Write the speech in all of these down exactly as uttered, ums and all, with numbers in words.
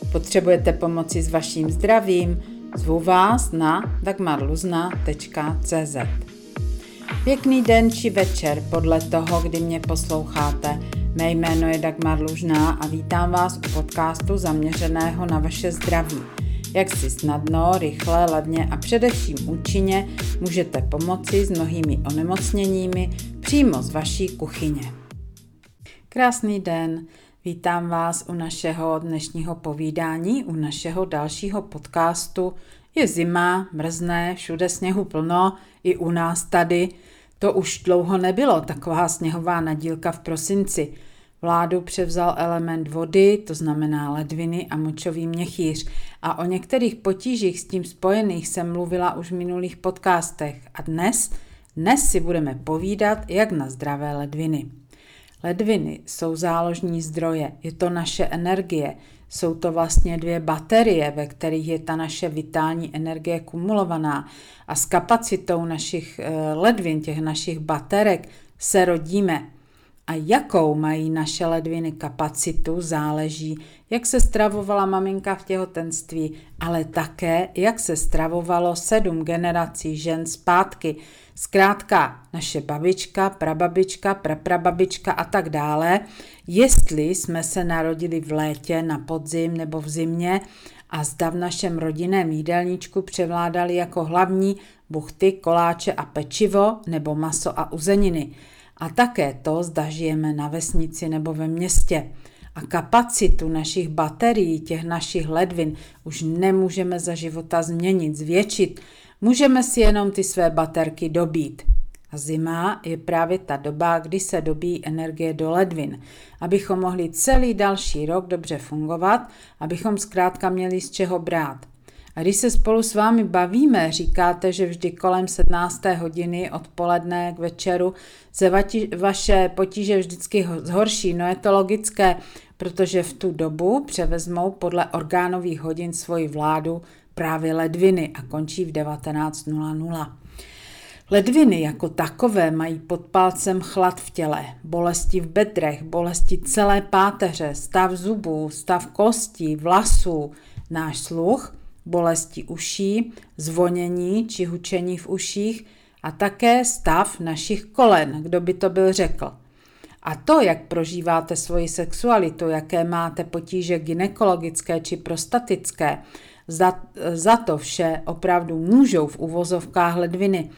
Potřebujete pomoci s vaším zdravím? Zvu vás na dagmar luzna tečka cé zet. Pěkný den či večer podle toho, kdy mě posloucháte. Mé jméno je Dagmar Lužná a vítám vás u podcastu zaměřeného na vaše zdraví. Jak si snadno, rychle, levně a především účinně můžete pomoci s mnohými onemocněními přímo z vaší kuchyně. Krásný den, vítám vás u našeho dnešního povídání, u našeho dalšího podcastu. Je zima, mrzne, všude sněhu plno, i u nás tady. To už dlouho nebylo, taková sněhová nadílka v prosinci. Vládu převzal element vody, to znamená ledviny a močový měchýř. A o některých potížích s tím spojených jsem mluvila už v minulých podcastech. A dnes, dnes si budeme povídat, jak na zdravé ledviny. Ledviny jsou záložní zdroje, je to naše energie. Jsou to vlastně dvě baterie, ve kterých je ta naše vitální energie kumulovaná. A s kapacitou našich ledvin, těch našich baterek, se rodíme. A jakou mají naše ledviny kapacitu, záleží, jak se stravovala maminka v těhotenství, ale také, jak se stravovalo sedm generací žen zpátky. Zkrátka naše babička, prababička, praprababička a tak dále, jestli jsme se narodili v létě, na podzim nebo v zimě a zda v našem rodinném jídelníčku převládali jako hlavní buchty, koláče a pečivo nebo maso a uzeniny. A také to, zda žijeme na vesnici nebo ve městě. A kapacitu našich baterií, těch našich ledvin, už nemůžeme za života změnit, zvětšit. Můžeme si jenom ty své baterky dobít. A zima je právě ta doba, kdy se dobíjí energie do ledvin, abychom mohli celý další rok dobře fungovat, abychom zkrátka měli z čeho brát. A když se spolu s vámi bavíme, říkáte, že vždy kolem sedmnácté hodiny odpoledne k večeru se vati, vaše potíže vždycky zhorší. No je to logické, protože v tu dobu převezmou podle orgánových hodin svoji vládu právě ledviny a končí v devatenáct nula nula. Ledviny jako takové mají pod palcem chlad v těle, bolesti v bedrech, bolesti celé páteře, stav zubů, stav kostí, vlasů, náš sluch, bolesti uší, zvonění či hučení v uších a také stav našich kolen, kdo by to byl řekl. A to, jak prožíváte svoji sexualitu, jaké máte potíže gynekologické či prostatické, za, za to vše opravdu můžou v uvozovkách ledviny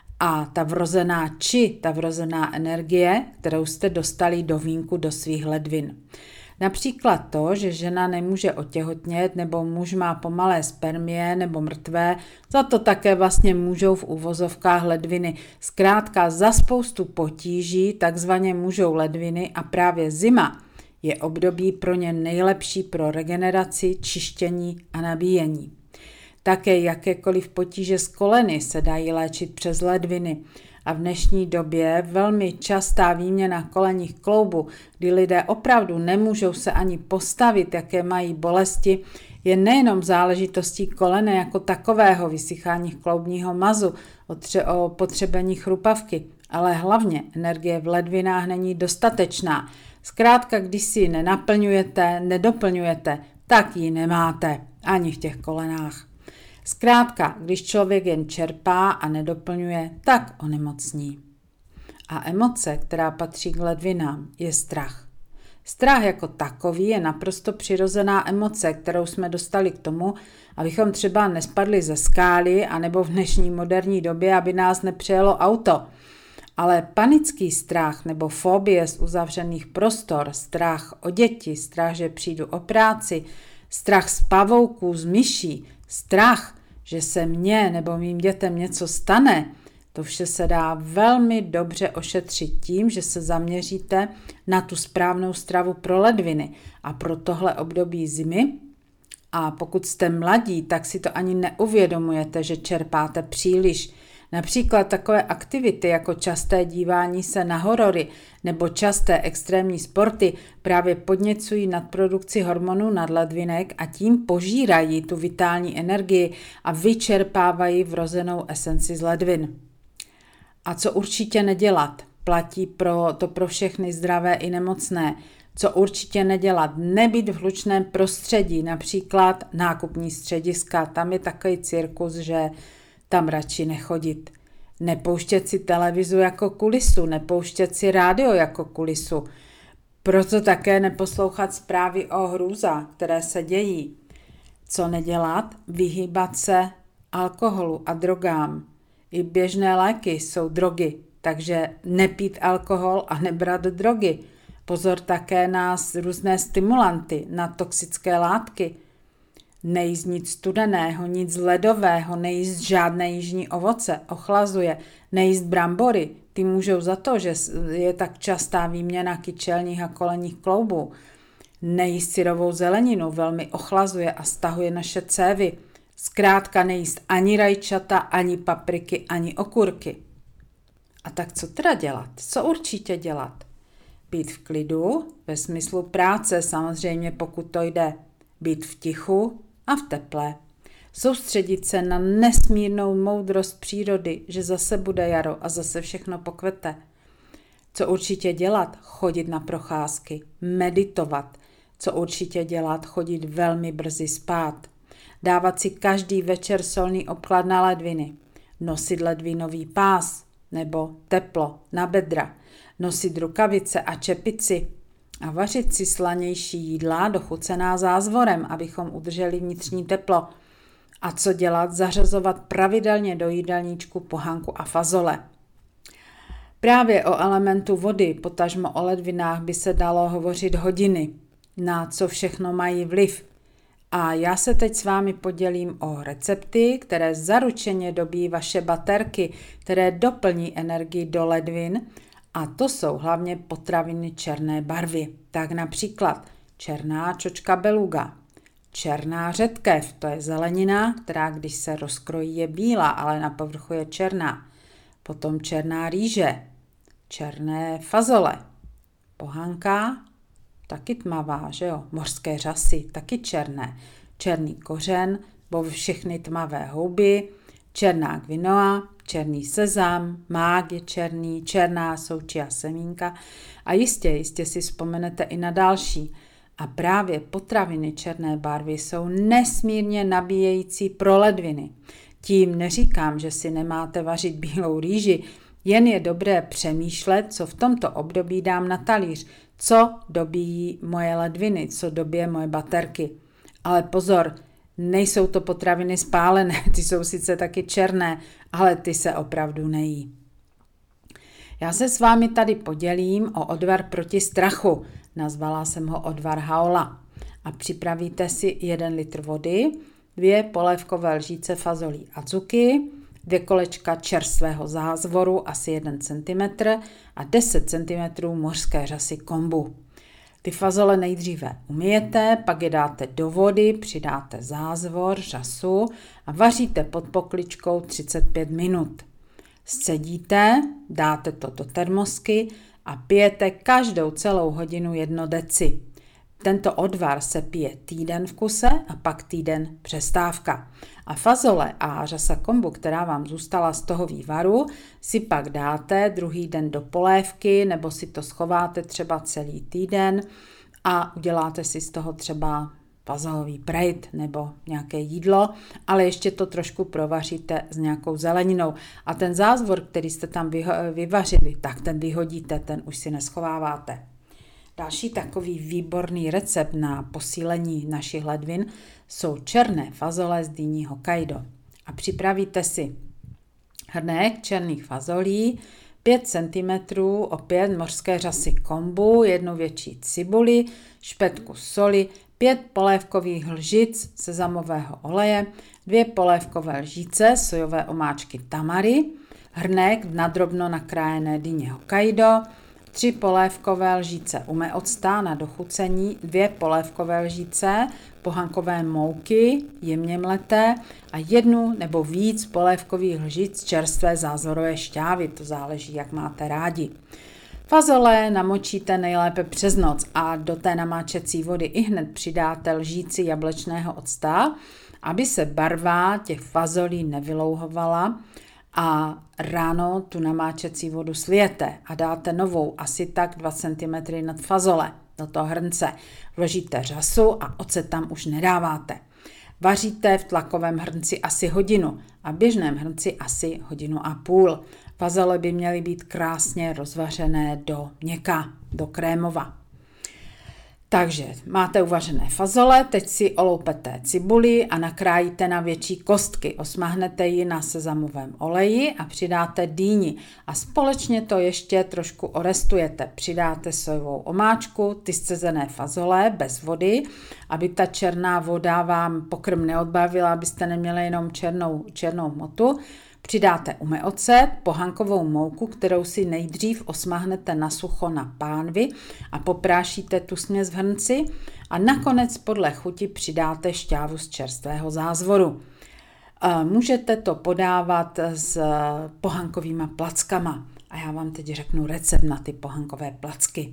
a ta vrozená či ta vrozená energie, kterou jste dostali do vínku do svých ledvin. Například to, že žena nemůže otěhotnět nebo muž má pomalé spermie nebo mrtvé, za to také vlastně můžou v uvozovkách ledviny. Zkrátka za spoustu potíží takzvaně můžou ledviny a právě zima je období pro ně nejlepší pro regeneraci, čištění a nabíjení. Také jakékoliv potíže s koleny se dají léčit přes ledviny. A v dnešní době velmi častá výměna kolenních kloubů, kdy lidé opravdu nemůžou se ani postavit, jaké mají bolesti, je nejenom záležitostí kolene jako takového, vysychání kloubního mazu, o potřebení chrupavky, ale hlavně energie v ledvinách není dostatečná. Zkrátka, když si ji nenaplňujete, nedoplňujete, tak ji nemáte ani v těch kolenách. Zkrátka, když člověk jen čerpá a nedoplňuje, tak onemocní. A emoce, která patří k ledvinám, je strach. Strach jako takový je naprosto přirozená emoce, kterou jsme dostali k tomu, abychom třeba nespadli ze skály, anebo v dnešní moderní době, aby nás nepřejelo auto. Ale panický strach nebo fobie z uzavřených prostor, strach o děti, strach, že přijdu o práci, strach z pavouků, z myší, strach, že se mně nebo mým dětem něco stane, to vše se dá velmi dobře ošetřit tím, že se zaměříte na tu správnou stravu pro ledviny a pro tohle období zimy. A pokud jste mladí, tak si to ani neuvědomujete, že čerpáte příliš. Například takové aktivity jako časté dívání se na horory nebo časté extrémní sporty právě podněcují nadprodukci hormonů nadledvinek a tím požírají tu vitální energii a vyčerpávají vrozenou esenci z ledvin. A co určitě nedělat? Platí pro to pro všechny zdravé i nemocné. Co určitě nedělat, nebýt v hlučném prostředí, například nákupní střediska, tam je takový cirkus, že tam radši nechodit. Nepouštět si televizu jako kulisu, nepouštět si rádio jako kulisu, proto také neposlouchat zprávy o hrůzách, které se dějí. Co nedělat? Vyhýbat se alkoholu a drogám. I běžné léky jsou drogy, takže nepít alkohol a nebrat drogy. Pozor také na různé stimulanty, na toxické látky. Nejíst nic studeného, nic ledového, nejíst žádné jižní ovoce, ochlazuje, nejíst brambory, ty můžou za to, že je tak častá výměna kyčelních a kolenních kloubů. Nejíst syrovou zeleninu, velmi ochlazuje a stahuje naše cévy. Zkrátka nejíst ani rajčata, ani papriky, ani okurky. A tak co teda dělat? Co určitě dělat? Být v klidu, ve smyslu práce samozřejmě, pokud to jde. Být v tichu a v teple. Soustředit se na nesmírnou moudrost přírody, že zase bude jaro a zase všechno pokvete. Co určitě dělat? Chodit na procházky, meditovat. Co určitě dělat? Chodit velmi brzy spát. Dávat si každý večer solný obklad na ledviny. Nosit ledvinový pás nebo teplo na bedra. Nosit rukavice a čepici a vařit si slanější jídla dochucená zázvorem, abychom udrželi vnitřní teplo. A co dělat? Zařazovat pravidelně do jídelníčku pohanku a fazole. Právě o elementu vody, potažmo o ledvinách, by se dalo hovořit hodiny, na co všechno mají vliv. A já se teď s vámi podělím o recepty, které zaručeně dobí vaše baterky, které doplní energii do ledvin, a to jsou hlavně potraviny černé barvy. Tak například černá čočka beluga, černá řetkev, to je zelenina, která když se rozkrojí je bílá, ale na povrchu je černá. Potom černá rýže, černé fazole, pohanka, taky tmavá, že jo, mořské řasy, taky černé, černý kořen, bo všechny tmavé houby, černá quinoa, černý sezam, mák je černý, černá součia semínka a jistě, jistě si vzpomenete i na další. A právě potraviny černé barvy jsou nesmírně nabíjející pro ledviny. Tím neříkám, že si nemáte vařit bílou rýži, jen je dobré přemýšlet, co v tomto období dám na talíř, co dobíjí moje ledviny, co dobije moje baterky. Ale pozor, nejsou to potraviny spálené, ty jsou sice taky černé, ale ty se opravdu nejí. Já se s vámi tady podělím o odvar proti strachu, nazvala jsem ho odvar Haola. A připravíte si jeden litr vody, dvě polévkové lžíce fazolí adzuki, dvě kolečka čerstvého zázvoru, asi jeden centimetr a deset centimetrů mořské řasy kombu. Ty fazole nejdříve umyjete, pak je dáte do vody, přidáte zázvor, řasu a vaříte pod pokličkou třicet pět minut. Scedíte, dáte to do termosky a pijete každou celou hodinu jedno deci. Tento odvar se pije týden v kuse a pak týden přestávka. A fazole a řasa kombu, která vám zůstala z toho vývaru, si pak dáte druhý den do polévky nebo si to schováte třeba celý týden a uděláte si z toho třeba fazolový prejt nebo nějaké jídlo, ale ještě to trošku provaříte s nějakou zeleninou. A ten zázvor, který jste tam vyvařili, tak ten vyhodíte, ten už si neschováváte. Další takový výborný recept na posílení našich ledvin jsou černé fazole z dýní Hokkaido. A připravíte si hrnek černých fazolí, pět centimetrů, opět mořské řasy kombu, jednu větší cibuli, špetku soli, pět polévkových lžic sezamového oleje, dvě polévkové lžíce sojové omáčky tamari, hrnek nadrobno nakrájené dýně Hokkaido, tři polévkové lžíce ume octa na dochucení, dvě polévkové lžíce pohankové mouky jemně mleté a jednu nebo víc polévkových lžic čerstvé zázvorové šťávy, to záleží, jak máte rádi. Fazole namočíte nejlépe přes noc a do té namáčecí vody ihned přidáte lžíci jablečného octa, aby se barva těch fazolí nevylouhovala, a ráno tu namáčecí vodu slijete a dáte novou asi tak dva centimetry nad fazole. do toho hrnce. Vložíte řasu a ocet tam už nedáváte. Vaříte v tlakovém hrnci asi hodinu a v běžném hrnci asi hodinu a půl. Fazole by měly být krásně rozvařené do měka, do krémova. Takže máte uvařené fazole, teď si oloupete cibuli a nakrájíte na větší kostky. Osmahnete ji na sezamovém oleji a přidáte dýni. A společně to ještě trošku orestujete. Přidáte sojovou omáčku, ty zcezené fazole bez vody, aby ta černá voda vám pokrm neodbavila, abyste neměli jenom černou, černou hmotu. Přidáte ume ocet, pohankovou mouku, kterou si nejdřív osmahnete na sucho na pánvi a poprášíte tu směs v hrnci a nakonec podle chuti přidáte šťávu z čerstvého zázvoru. Můžete to podávat s pohankovýma plackama a já vám teď řeknu recept na ty pohankové placky.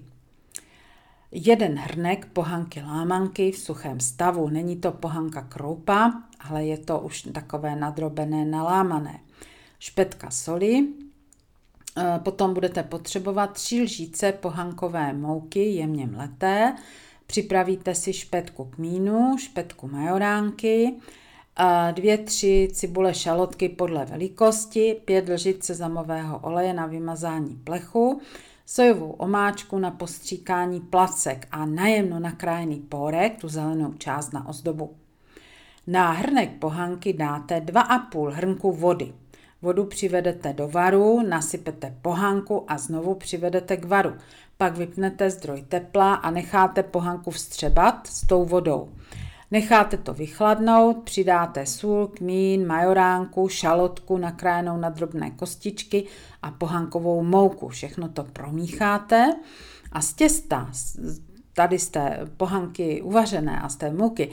Jeden hrnek pohanky lámanky v suchém stavu. Není to pohanka kroupa, ale je to už takové nadrobené, nalámané. Špetka soli, potom budete potřebovat tři lžíce pohankové mouky jemně mleté, připravíte si špetku kmínu, špetku majoránky, dvě, tři cibule šalotky podle velikosti, pět lžic sezamového oleje na vymazání plechu, sojovou omáčku na postříkání placek a najemno nakrájený pórek, tu zelenou část na ozdobu. Na hrnek pohanky dáte dva a půl hrnku vody. Vodu přivedete do varu, nasypete pohanku a znovu přivedete k varu. Pak vypnete zdroj tepla a necháte pohanku vstřebat s tou vodou. Necháte to vychladnout, přidáte sůl, kmín, majoránku, šalotku nakrájenou na drobné kostičky a pohankovou mouku. Všechno to promícháte a z těsta, tady z té pohanky uvařené a z té mouky,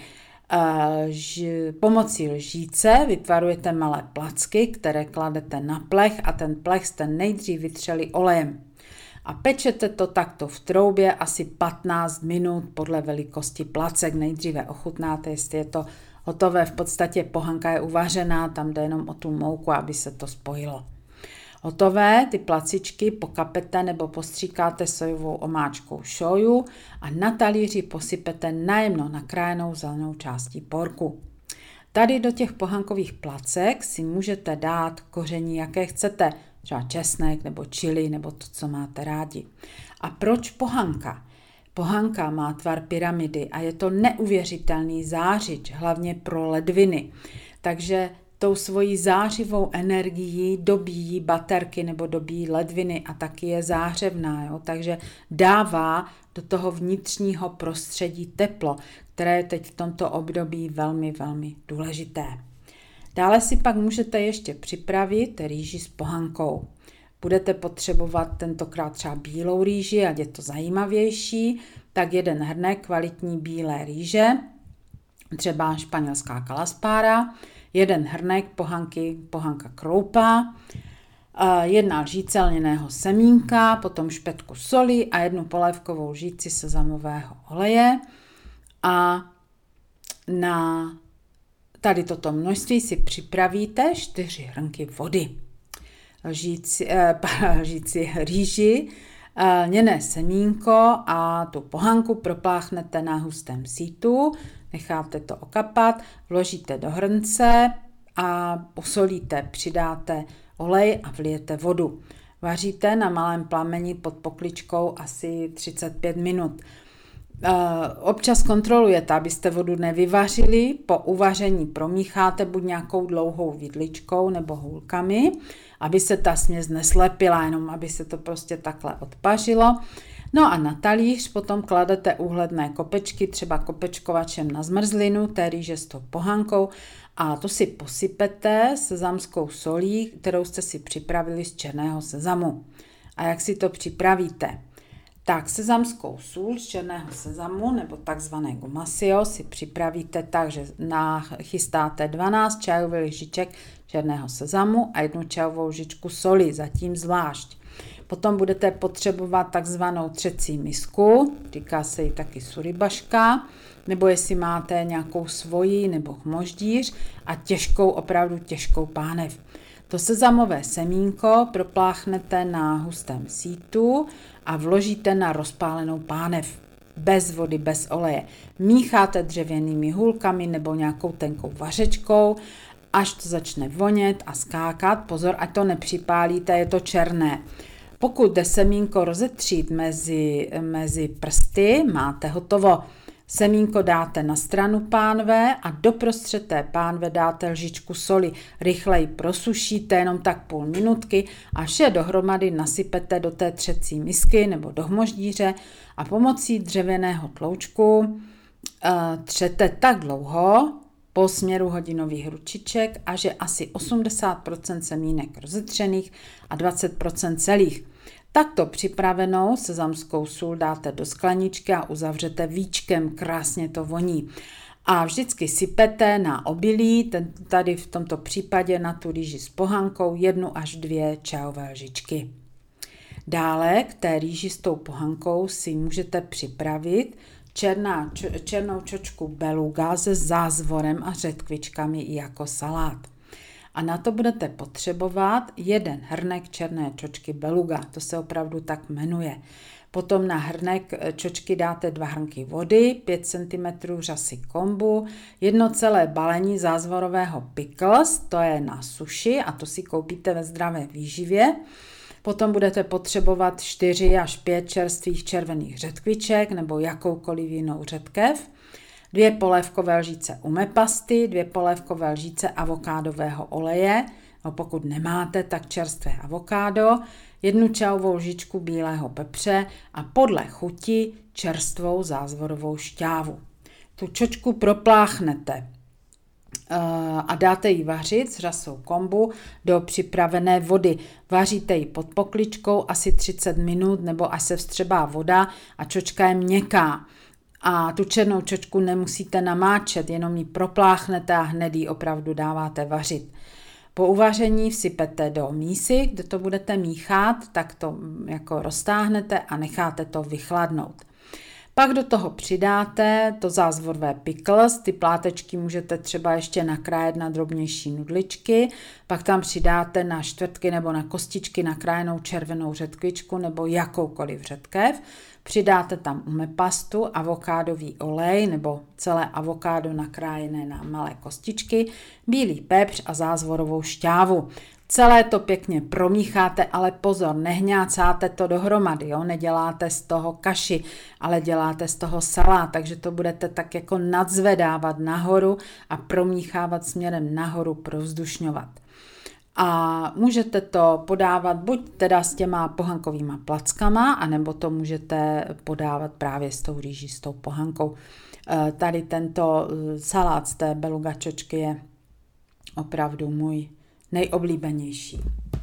pomocí lžíce vytvarujete malé placky, které kladete na plech a ten plech jste nejdřív vytřeli olejem. A pečete to takto v troubě asi patnáct minut podle velikosti placek. Nejdříve ochutnáte, jestli je to hotové. V podstatě pohanka je uvařená, tam jde jenom o tu mouku, aby se to spojilo. Hotové, ty placičky pokapete nebo postříkáte sojovou omáčkou šoju a na talíři posypete najemno nakrájenou zelenou částí porku. Tady do těch pohankových placek si můžete dát koření, jaké chcete, třeba česnek nebo chili nebo to, co máte rádi. A proč pohanka? Pohanka má tvar pyramidy a je to neuvěřitelný zářič, hlavně pro ledviny. Takže tou svojí zářivou energií dobíjí baterky nebo dobíjí ledviny a taky je zářevná, jo? Takže dává do toho vnitřního prostředí teplo, které je teď v tomto období velmi, velmi důležité. Dále si pak můžete ještě připravit rýži s pohankou. Budete potřebovat tentokrát třeba bílou rýži, ať je to zajímavější, tak jeden hrnek kvalitní bílé rýže, třeba španělská kalaspára, jeden hrnek pohanky, pohanka kroupa, jedna lžíce lněného semínka, potom špetku soli a jednu polévkovou lžíci sezamového oleje a na tady toto množství si připravíte čtyři hrnky vody. Lžíci, eh, lžíci rýži, eh, lněné semínko a tu pohanku propláchnete na hustém sítu, necháte to okapat, vložíte do hrnce a posolíte, přidáte olej a vlijete vodu. Vaříte na malém plameni pod pokličkou asi třicet pět minut. Občas kontrolujete, abyste vodu nevyvařili, po uvaření promícháte buď nějakou dlouhou vidličkou nebo hůlkami, aby se ta směs neslepila, jenom aby se to prostě takhle odpařilo. No a na talíř potom kladete úhledné kopečky, třeba kopečkovačem na zmrzlinu, té rýže s tou pohankou a to si posypete sezamskou solí, kterou jste si připravili z černého sezamu. A jak si to připravíte? Tak sezamskou sůl z černého sezamu nebo takzvané gumasio si připravíte tak, že nachystáte dvanáct čajových lžiček černého sezamu a jednu čajovou lžičku soli, zatím zvlášť. Potom budete potřebovat takzvanou třecí misku, říká se jí taky suribaška, nebo jestli máte nějakou svoji nebo chmoždíř a těžkou, opravdu těžkou pánev. To sezamové semínko propláchnete na hustém sítu a vložíte na rozpálenou pánev. bez vody, bez oleje. Mícháte dřevěnými hůlkami nebo nějakou tenkou vařečkou, až to začne vonět a skákat. Pozor, ať to nepřipálíte, je to černé. Pokud jde semínko rozetřít mezi, mezi prsty, máte hotovo. Semínko dáte na stranu pánve a doprostřed té pánve dáte lžičku soli. Rychleji prosušíte jenom tak půl minutky a vše dohromady nasypete do té třecí misky nebo do hmoždíře a pomocí dřevěného tloučku uh, třete tak dlouho po směru hodinových ručiček a že asi osmdesát procent semínek rozetřených a dvacet procent celých. Takto připravenou sezamskou sůl dáte do skleničky a uzavřete víčkem, krásně to voní. A vždycky sypete na obilí, ten, tady v tomto případě na tu rýži s pohankou, jednu až dvě čajové lžičky. Dále k té rýži s tou pohankou si můžete připravit černá, černou čočku beluga se zázvorem a řetkvičkami i jako salát. A na to budete potřebovat jeden hrnek černé čočky beluga, to se opravdu tak jmenuje. Potom na hrnek čočky dáte dva hrnky vody, pět centimetrů řasy kombu, jedno celé balení zázvorového pickles, to je na suši a to si koupíte ve Zdravé výživě. Potom budete potřebovat čtyři až pět čerstvých červených řetkviček nebo jakoukoliv jinou řetkev, dvě polévkové lžíce umepasty, dvě polévkové lžíce avokádového oleje, no pokud nemáte, tak čerstvé avokádo, jednu čajovou lžičku bílého pepře a podle chuti čerstvou zázvorovou šťávu. Tu čočku propláchnete a dáte ji vařit s řasou kombu do připravené vody. Vaříte ji pod pokličkou asi třicet minut nebo až se vstřebá voda a čočka je měkká. A tu černou čočku nemusíte namáčet, jenom ji propláchnete a hned ji opravdu dáváte vařit. Po uvaření vsypete do mísy, kde to budete míchat, tak to jako roztáhnete a necháte to vychladnout. Pak do toho přidáte to zázvorové pickles, ty plátečky můžete třeba ještě nakrájet na drobnější nudličky, pak tam přidáte na čtvrtky nebo na kostičky nakrájenou červenou řetkvičku nebo jakoukoliv řetkev, přidáte tam umepastu, avokádový olej nebo celé avokádo nakrájené na malé kostičky, bílý pepř a zázvorovou šťávu. Celé to pěkně promícháte, ale pozor, nehňácáte to dohromady, jo? Neděláte z toho kaši, ale děláte z toho salát, takže to budete tak jako nadzvedávat nahoru a promíchávat směrem nahoru, provzdušňovat. A můžete to podávat buď teda s těma pohankovýma plackama, anebo to můžete podávat právě s tou rýží, s tou pohankou. Tady tento salát z té beluga čočky je opravdu můj nejoblíbenější.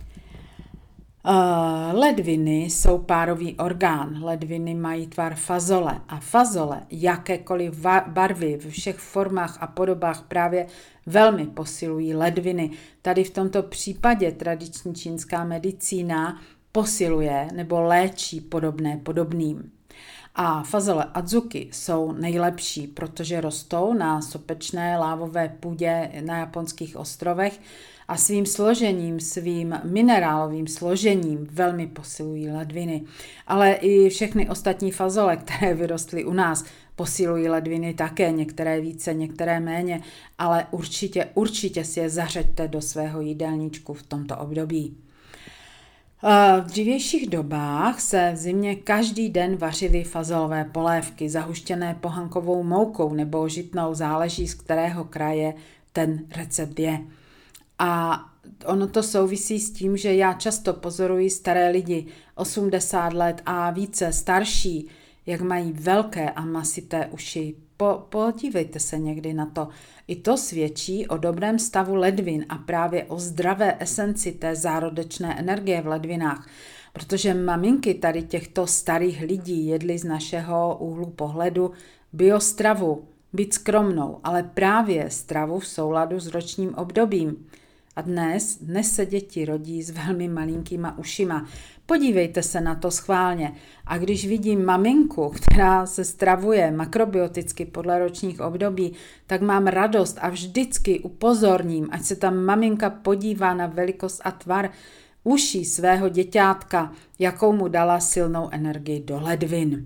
Ledviny jsou párový orgán. Ledviny mají tvar fazole a fazole, jakékoliv barvy ve všech formách a podobách právě velmi posilují ledviny. Tady v tomto případě tradiční čínská medicína posiluje nebo léčí podobné podobným. A fazole adzuki jsou nejlepší, protože rostou na sopečné lávové půdě na japonských ostrovech a svým složením, svým minerálovým složením velmi posilují ledviny. Ale i všechny ostatní fazole, které vyrostly u nás, posilují ledviny také, některé více, některé méně, ale určitě, určitě si je zařaďte do svého jídelníčku v tomto období. V dřívějších dobách se v zimě každý den vařily fazolové polévky, zahuštěné pohankovou moukou nebo žitnou, záleží z kterého kraje ten recept je. A ono to souvisí s tím, že já často pozoruji staré lidi, osmdesát let a více starší, jak mají velké a masité uši. Po, podívejte se někdy na to. I to svědčí o dobrém stavu ledvin a právě o zdravé esenci té zárodečné energie v ledvinách. Protože maminky tady těchto starých lidí jedly z našeho úhlu pohledu biostravu, být skromnou, ale právě stravu v souladu s ročním obdobím. A dnes, dnes se děti rodí s velmi malinkýma ušima. Podívejte se na to schválně. A když vidím maminku, která se stravuje makrobioticky podle ročních období, tak mám radost a vždycky upozorním, ať se ta maminka podívá na velikost a tvar uší svého děťátka, jakou mu dala silnou energii do ledvin.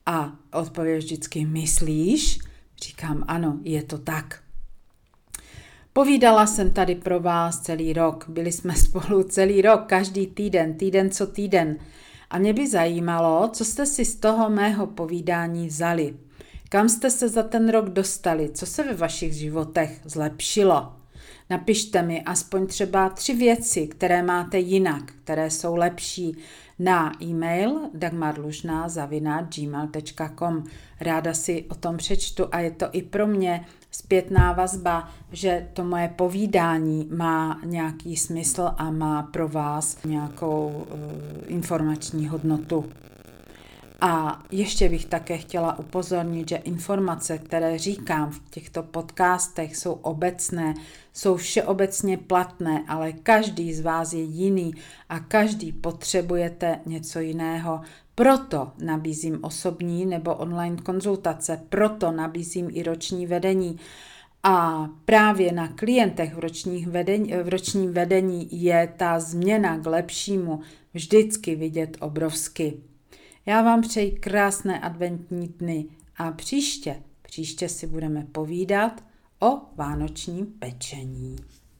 A odpověď vždycky, myslíš? Říkám, ano, je to tak. Povídala jsem tady pro vás celý rok, byli jsme spolu celý rok, každý týden, týden co týden. A mě by zajímalo, co jste si z toho mého povídání vzali. Kam jste se za ten rok dostali, co se ve vašich životech zlepšilo. Napište mi aspoň třeba tři věci, které máte jinak, které jsou lepší, na e-mail dagmarlužná zavináč gmail tečka com. Ráda si o tom přečtu a je to i pro mě zpětná vazba, že to moje povídání má nějaký smysl a má pro vás nějakou uh, informační hodnotu. A ještě bych také chtěla upozornit, že informace, které říkám v těchto podcastech, jsou obecné, jsou všeobecně platné, ale každý z vás je jiný a každý potřebujete něco jiného. Proto nabízím osobní nebo online konzultace, proto nabízím i roční vedení. A právě na klientech v, ročních vedení, v ročním vedení je ta změna k lepšímu vždycky vidět obrovsky. Já vám přeji krásné adventní dny a příště, příště si budeme povídat o vánočním pečení.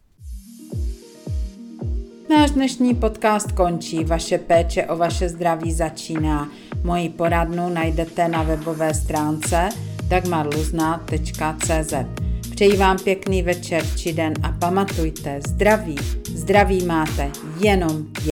Náš dnešní podcast končí, vaše péče o vaše zdraví začíná. Moji poradnu najdete na webové stránce dagmarluzna tečka cé zet. Přeji vám pěkný večer či den a pamatujte, zdraví, zdraví máte jenom